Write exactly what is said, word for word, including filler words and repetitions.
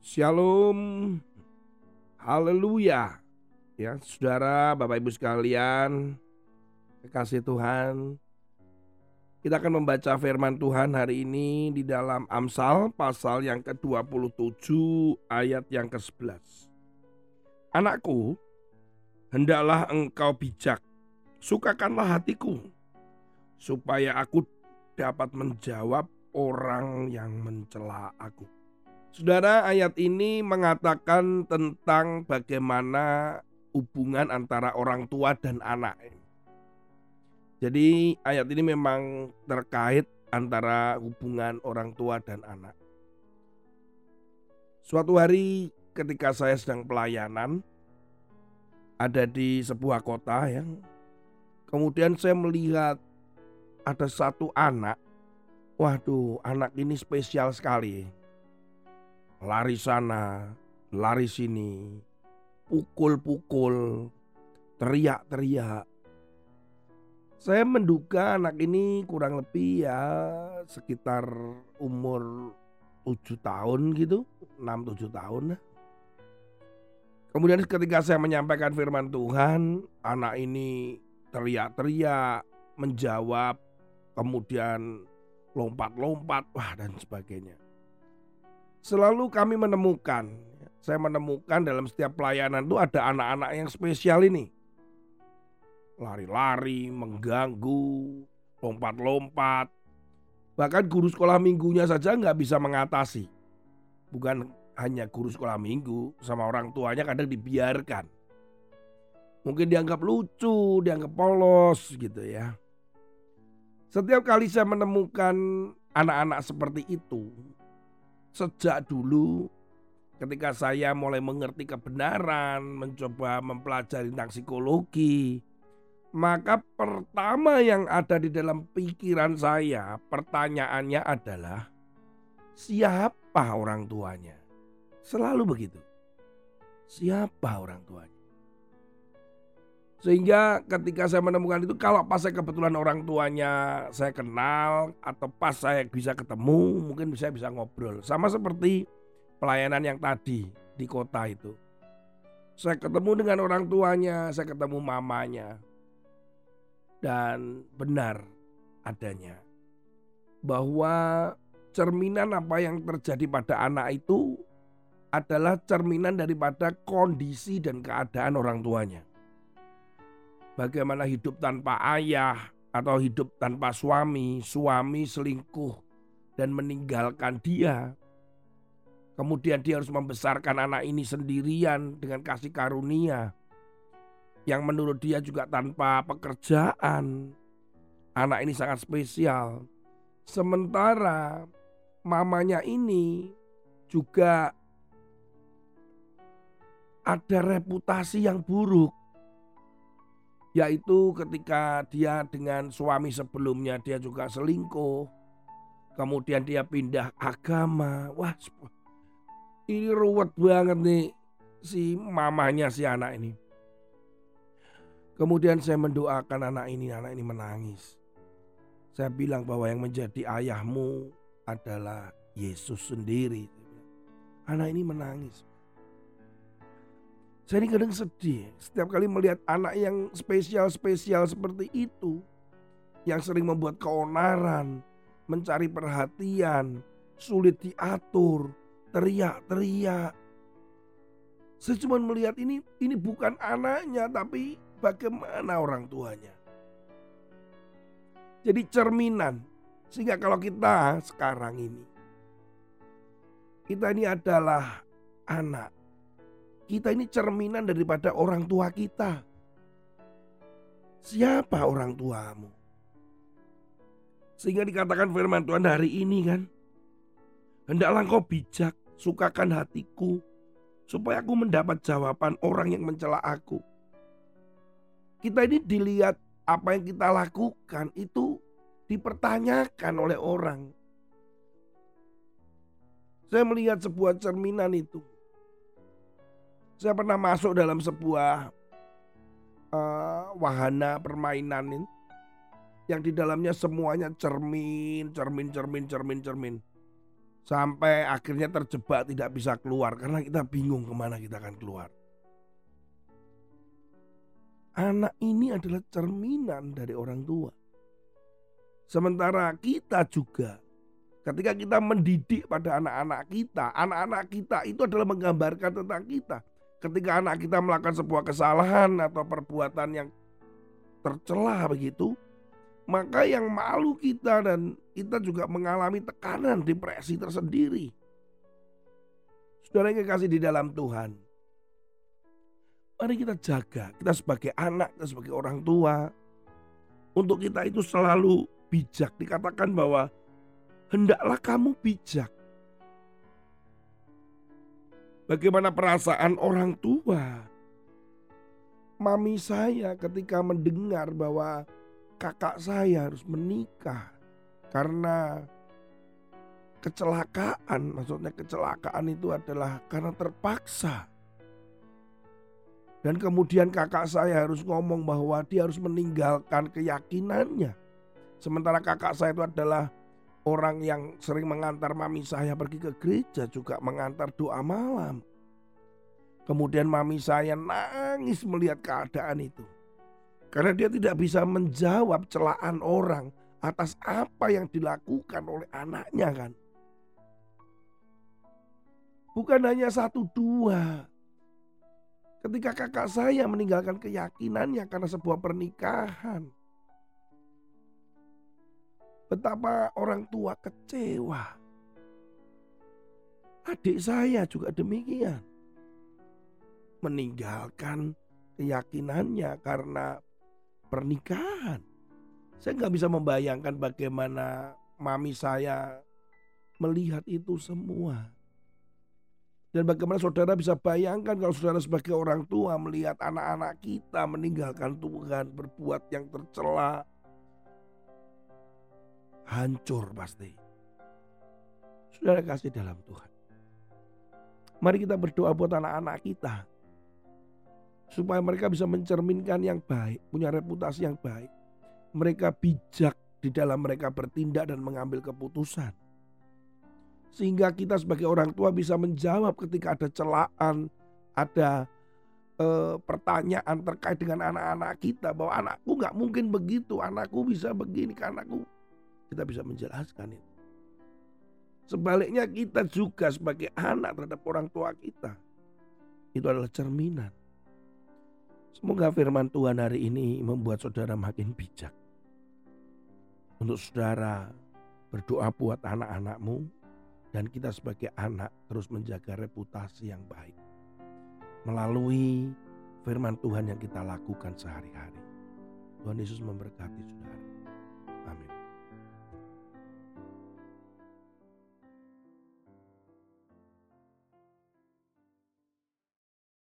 Shalom, haleluya. Ya, saudara, Bapak Ibu sekalian, kekasih Tuhan. Kita akan membaca firman Tuhan hari ini di dalam Amsal pasal yang ke dua puluh tujuh ayat yang ke sebelas. Anakku, hendaklah engkau bijak, sukakanlah hatiku, supaya aku dapat menjawab orang yang mencela aku. Saudara, ayat ini mengatakan tentang bagaimana hubungan antara orang tua dan anak. Jadi ayat ini memang terkait antara hubungan orang tua dan anak. Suatu hari ketika saya sedang pelayanan, ada di sebuah kota yang kemudian saya melihat ada satu anak. Waduh, anak ini spesial sekali. Lari sana, lari sini, pukul-pukul, teriak-teriak. Saya menduga anak ini kurang lebih ya sekitar umur tujuh tahun gitu, enam tujuh tahun. Kemudian ketika saya menyampaikan firman Tuhan, anak ini teriak-teriak, menjawab, kemudian lompat-lompat, wah dan sebagainya. Selalu kami menemukan, saya menemukan dalam setiap pelayanan itu ada anak-anak yang spesial ini. Lari-lari, mengganggu, lompat-lompat. Bahkan guru sekolah minggunya saja nggak bisa mengatasi. Bukan hanya guru sekolah minggu, sama orang tuanya kadang dibiarkan. Mungkin dianggap lucu, dianggap polos gitu ya. Setiap kali saya menemukan anak-anak seperti itu, sejak dulu ketika saya mulai mengerti kebenaran, mencoba mempelajari tentang psikologi, maka pertama yang ada di dalam pikiran saya, pertanyaannya adalah siapa orang tuanya? Selalu begitu. Siapa orang tuanya? Sehingga ketika saya menemukan itu, kalau pas saya kebetulan orang tuanya saya kenal atau pas saya bisa ketemu, mungkin saya bisa ngobrol. Sama seperti pelayanan yang tadi di kota itu. Saya ketemu dengan orang tuanya, saya ketemu mamanya. Dan benar adanya bahwa cerminan apa yang terjadi pada anak itu adalah cerminan daripada kondisi dan keadaan orang tuanya. Bagaimana hidup tanpa ayah atau hidup tanpa suami, suami selingkuh dan meninggalkan dia. Kemudian dia harus membesarkan anak ini sendirian dengan kasih karunia. Yang menurut dia juga tanpa pekerjaan. Anak ini sangat spesial. Sementara mamanya ini juga ada reputasi yang buruk. Yaitu ketika dia dengan suami sebelumnya dia juga selingkuh. Kemudian dia pindah agama. Wah, ini ruwet banget nih si mamanya si anak ini. Kemudian saya mendoakan anak ini, anak ini menangis. Saya bilang bahwa yang menjadi ayahmu adalah Yesus sendiri. Anak ini menangis. Saya ini kadang sedih setiap kali melihat anak yang spesial-spesial seperti itu. Yang sering membuat keonaran, mencari perhatian, sulit diatur, teriak-teriak. Saya cuma melihat ini, ini bukan anaknya tapi bagaimana orang tuanya. Jadi cerminan. Sehingga kalau kita sekarang ini, kita ini adalah anak. Kita ini cerminan daripada orang tua kita. Siapa orang tuamu? Sehingga dikatakan firman Tuhan hari ini kan, hendaklah engkau bijak, sukakan hatiku, supaya aku mendapat jawaban orang yang mencela aku. Kita ini dilihat apa yang kita lakukan itu dipertanyakan oleh orang. Saya melihat sebuah cerminan itu. Saya pernah masuk dalam sebuah uh, wahana permainan ini, yang di dalamnya semuanya cermin, cermin, cermin, cermin, cermin. Sampai akhirnya terjebak tidak bisa keluar karena kita bingung kemana kita akan keluar. Anak ini adalah cerminan dari orang tua. Sementara kita juga ketika kita mendidik pada anak-anak kita, anak-anak kita itu adalah menggambarkan tentang kita. Ketika anak kita melakukan sebuah kesalahan atau perbuatan yang tercela begitu, maka yang malu kita dan kita juga mengalami tekanan, depresi tersendiri. Saudara yang kekasih di dalam Tuhan, mari kita jaga, kita sebagai anak, kita sebagai orang tua, untuk kita itu selalu bijak. Dikatakan bahwa hendaklah kamu bijak. Bagaimana perasaan orang tua? Mami saya ketika mendengar bahwa kakak saya harus menikah karena kecelakaan. Maksudnya kecelakaan itu adalah karena terpaksa. Dan kemudian kakak saya harus ngomong bahwa dia harus meninggalkan keyakinannya. Sementara kakak saya itu adalah orang yang sering mengantar mami saya pergi ke gereja, juga mengantar doa malam. Kemudian mami saya nangis melihat keadaan itu. Karena dia tidak bisa menjawab celaan orang atas apa yang dilakukan oleh anaknya kan. Bukan hanya satu dua. Ketika kakak saya meninggalkan keyakinannya karena sebuah pernikahan. Betapa orang tua kecewa. Adik saya juga demikian. Meninggalkan keyakinannya karena pernikahan. Saya nggak bisa membayangkan bagaimana mami saya melihat itu semua. Dan bagaimana saudara bisa bayangkan kalau saudara sebagai orang tua melihat anak-anak kita meninggalkan Tuhan, berbuat yang tercela. Hancur pasti. Saudara kasih dalam Tuhan. Mari kita berdoa buat anak-anak kita. Supaya mereka bisa mencerminkan yang baik, punya reputasi yang baik. Mereka bijak di dalam mereka bertindak dan mengambil keputusan. Sehingga kita sebagai orang tua bisa menjawab ketika ada celaan, ada eh, pertanyaan terkait dengan anak-anak kita. Bahwa anakku gak mungkin begitu, anakku bisa begini, anakku. Kita bisa menjelaskan itu. Sebaliknya kita juga sebagai anak terhadap orang tua kita. Itu adalah cerminan. Semoga firman Tuhan hari ini membuat saudara makin bijak. Untuk saudara berdoa buat anak-anakmu. Dan kita sebagai anak terus menjaga reputasi yang baik. Melalui firman Tuhan yang kita lakukan sehari-hari. Tuhan Yesus memberkati saudara.